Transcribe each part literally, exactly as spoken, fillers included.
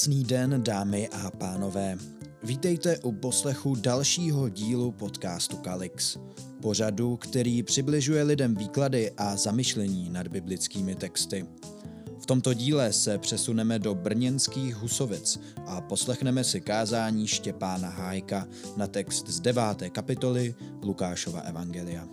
Krásný den, dámy a pánové. Vítejte u poslechu dalšího dílu podcastu Kalix. Pořadu, který přibližuje lidem výklady a zamyšlení nad biblickými texty. V tomto díle se přesuneme do brněnských Husovic a poslechneme si kázání Štěpána Hájka na text z deváté kapitoly Lukášova evangelia.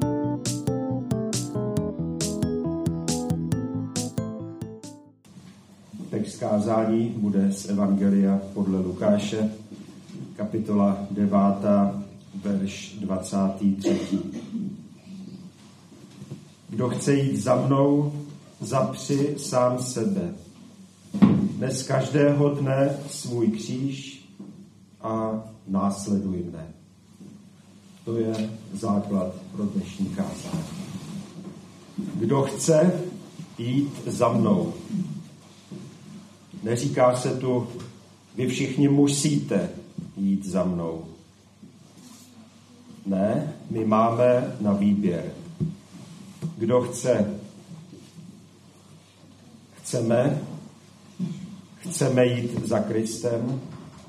Text kázání bude z evangelia podle Lukáše, kapitola devátá, verš dvacátý třetí. Kdo chce jít za mnou, zapři sám sebe. Dnes každého dne svůj kříž a následuj mne. To je základ pro dnešní kázání. Kdo chce jít za mnou. Neříká se tu, vy všichni musíte jít za mnou. Ne, my máme na výběr. Kdo chce? Chceme? Chceme jít za Kristem?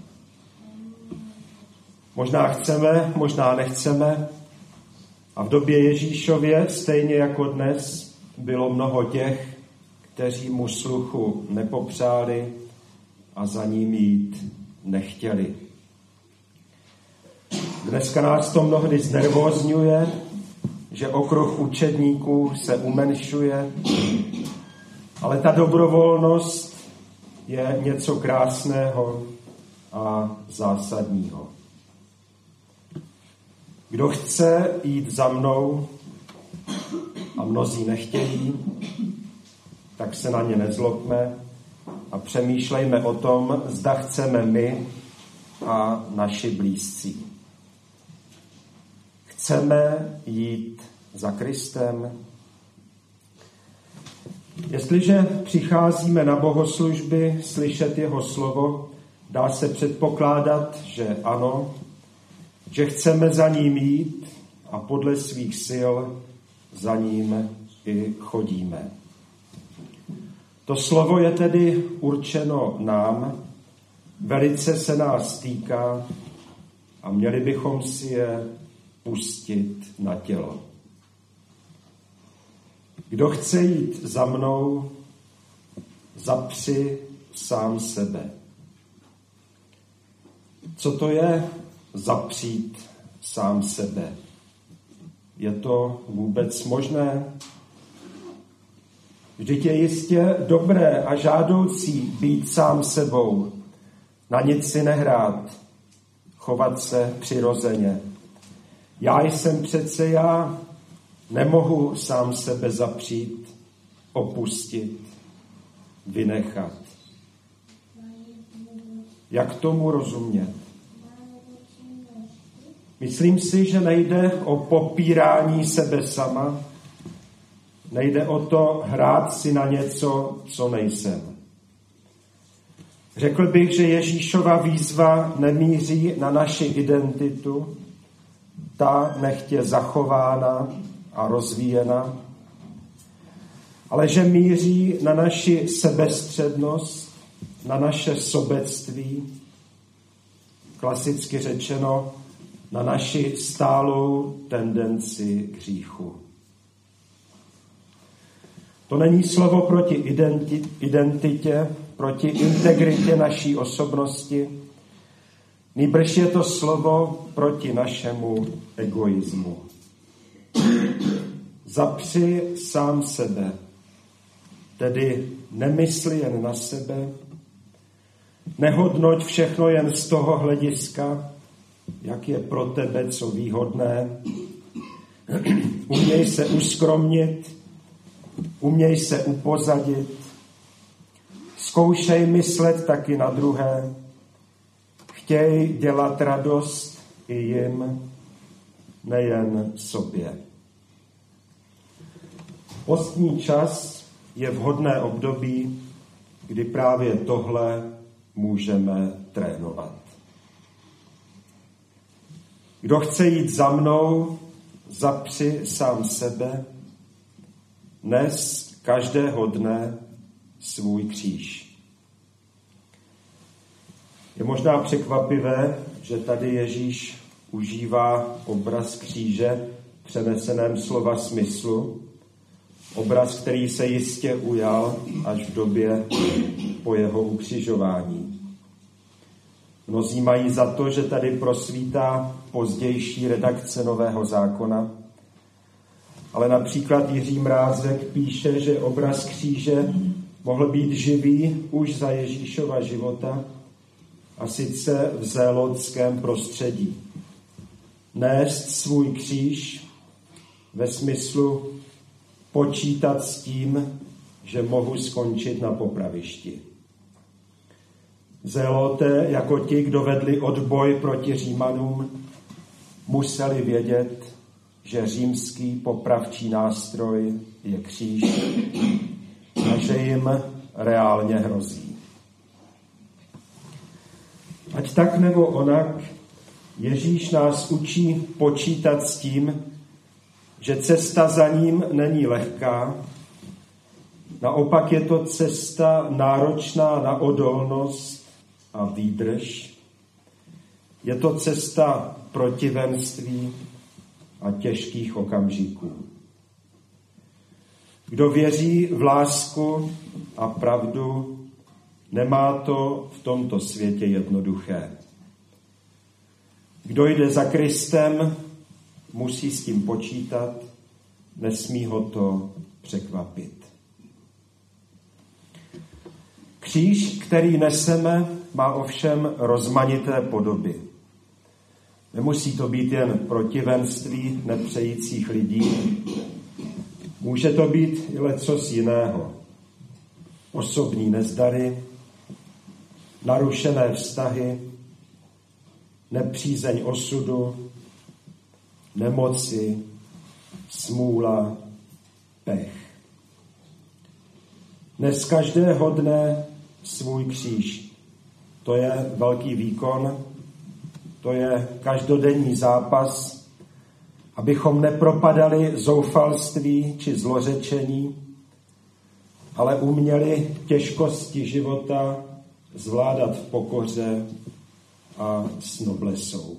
Možná chceme, možná nechceme. A v době Ježíšově, stejně jako dnes, bylo mnoho těch, kteří mu sluchu nepopřáli a za ním jít nechtěli. Dneska nás to mnohdy znervózňuje, že okruh učedníků se umenšuje, ale ta dobrovolnost je něco krásného a zásadního. Kdo chce jít za mnou a mnozí nechtějí, tak se na ně nezlobme a přemýšlejme o tom, zda chceme my a naši blízcí. Chceme jít za Kristem? Jestliže přicházíme na bohoslužby slyšet jeho slovo, dá se předpokládat, že ano, že chceme za ním jít a podle svých sil za ním i chodíme. To slovo je tedy určeno nám, velice se nás týká a měli bychom si je pustit na tělo. Kdo chce jít za mnou, zapři sám sebe. Co to je zapřít sám sebe? Je to vůbec možné? Vždyť je jistě dobré a žádoucí být sám sebou, na nic si nehrát, chovat se přirozeně. Já jsem přece já, nemohu sám sebe zapřít, opustit, vynechat. Jak tomu rozumět? Myslím si, že nejde o popírání sebe sama, nejde o to hrát si na něco, co nejsem. Řekl bych, že Ježíšova výzva nemíří na naši identitu, ta nechť je zachována a rozvíjena, ale že míří na naši sebestřednost, na naše sobectví, klasicky řečeno, na naši stálou tendenci k hříchu. To není slovo proti identitě, proti integritě naší osobnosti, nýbrž je to slovo proti našemu egoismu. Zapři sám sebe, tedy nemysli jen na sebe, nehodnoť všechno jen z toho hlediska, jak je pro tebe co výhodné. Uměj se uskromnit, uměj se upozadit, zkoušej myslet taky na druhé, chtěj dělat radost i jim, nejen sobě. Postní čas je vhodné období, kdy právě tohle můžeme trénovat. Kdo chce jít za mnou, zapři sám sebe, nes každého dne svůj kříž. Je možná překvapivé, že tady Ježíš užívá obraz kříže v přeneseném slova smyslu, obraz, který se jistě ujal až v době po jeho ukřižování. Mnozí mají za to, že tady prosvítá pozdější redakce Nového zákona, ale například Jiří Mrázek píše, že obraz kříže mohl být živý už za Ježíšova života, a sice v zélotském prostředí. Nést svůj kříž ve smyslu počítat s tím, že mohu skončit na popravišti. Zéloté, jako ti, kdo vedli odboj proti Římanům, museli vědět, že římský popravčí nástroj je kříž a že jim reálně hrozí. Ať tak nebo onak, Ježíš nás učí počítat s tím, že cesta za ním není lehká, naopak je to cesta náročná na odolnost a výdrž. Je to cesta protivenství a těžkých okamžiků. Kdo věří v lásku a pravdu, nemá to v tomto světě jednoduché. Kdo jde za Kristem, musí s tím počítat, nesmí ho to překvapit. Kříž, který neseme, má ovšem rozmanité podoby. Nemusí to být jen protivenství nepřejících lidí. Může to být i lecos jiného. Osobní nezdary, narušené vztahy, nepřízeň osudu, nemoci, smůla, pech. Dnes každého dne svůj kříž. To je velký výkon, to je každodenní zápas, abychom nepropadali zoufalství či zlořečení, ale uměli těžkosti života zvládat v pokoře a s noblesou.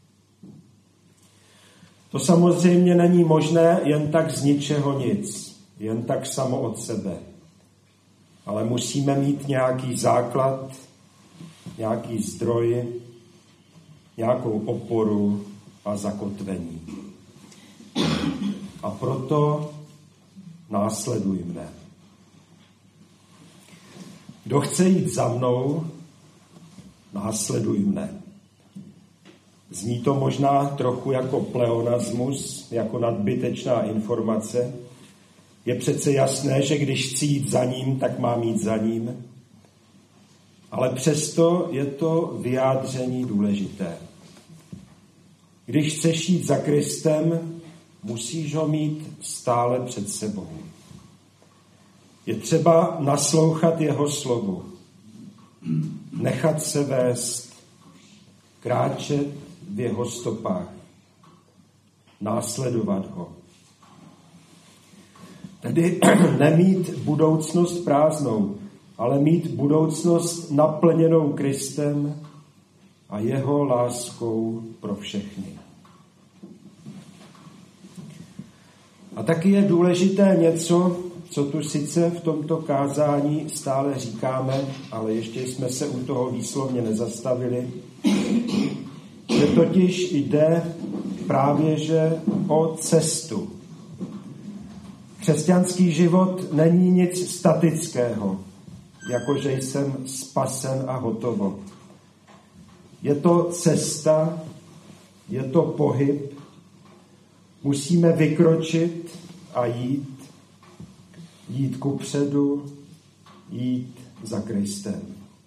To samozřejmě není možné jen tak z ničeho nic, jen tak samo od sebe. Ale musíme mít nějaký základ, nějaký zdroj, nějakou oporu a zakotvení. A proto následuj mne. Kdo chce jít za mnou, následuj mne. Zní to možná trochu jako pleonasmus, jako nadbytečná informace. Je přece jasné, že když chci jít za ním, tak mám jít za ním. Ale přesto je to vyjádření důležité. Když chceš jít za Kristem, musíš ho mít stále před sebou. Je třeba naslouchat jeho slovu, nechat se vést, kráčet v jeho stopách, následovat ho. Tedy nemít budoucnost prázdnou, ale mít budoucnost naplněnou Kristem a jeho láskou pro všechny. A taky je důležité něco, co tu sice v tomto kázání stále říkáme, ale ještě jsme se u toho výslovně nezastavili, že totiž jde právě že o cestu. Křesťanský život není nic statického, jakože jsem spasen a hotovo. Je to cesta, je to pohyb, musíme vykročit a jít, jít kupředu, jít za Kristem.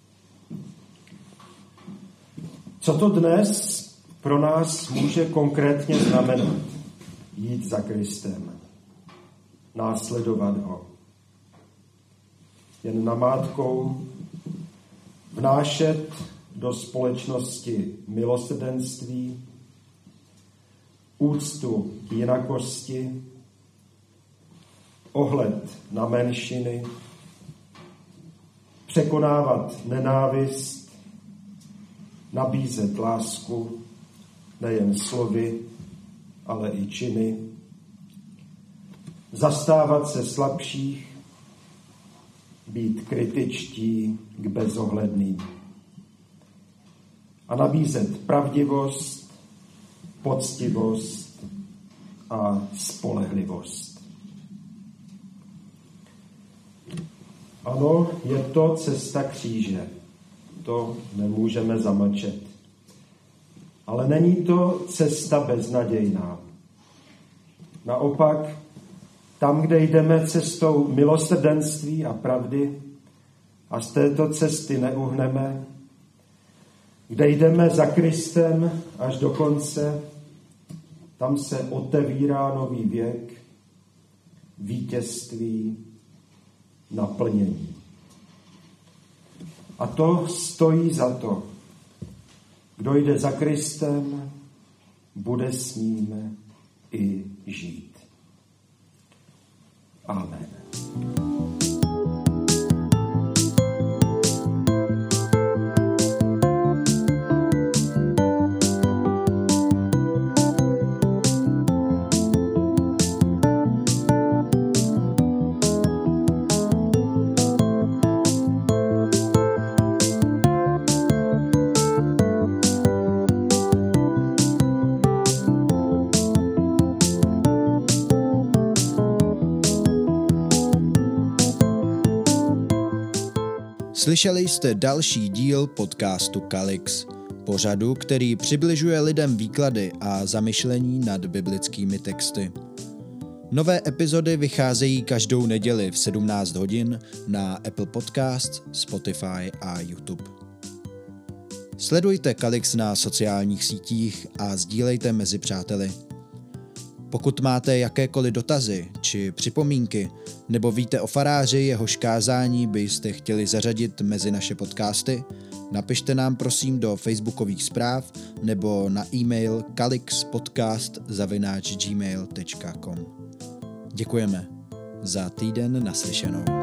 Co to dnes pro nás může konkrétně znamenat? Jít za Kristem, následovat ho. Jen namátkou vnášet do společnosti milosrdenství, úctu k jinakosti, ohled na menšiny, překonávat nenávist, nabízet lásku nejen slovy, ale i činy, zastávat se slabších, být kritičtí k bezohledným a nabízet pravdivost, poctivost a spolehlivost. Ano, je to cesta kříže. To nemůžeme zamlčet. Ale není to cesta beznadějná. Naopak, tam, kde jdeme cestou milosrdenství a pravdy a z této cesty neuhneme, kde jdeme za Kristem až do konce, tam se otevírá nový věk, vítězství, naplnění. A to stojí za to. Kdo jde za Kristem, bude s ním i žít. Amen. Slyšeli jste další díl podcastu Kalix, pořadu, který přibližuje lidem výklady a zamyšlení nad biblickými texty. Nové epizody vycházejí každou neděli v sedmnáct hodin na Apple Podcasts, Spotify a YouTube. Sledujte Kalix na sociálních sítích a sdílejte mezi přáteli. Pokud máte jakékoliv dotazy či připomínky, nebo víte o faráři, jehož kázání byste chtěli zařadit mezi naše podcasty, napište nám prosím do facebookových zpráv nebo na e-mail kalixpodcast zavináč gmail tečka com. Děkujeme. Za týden naslyšenou.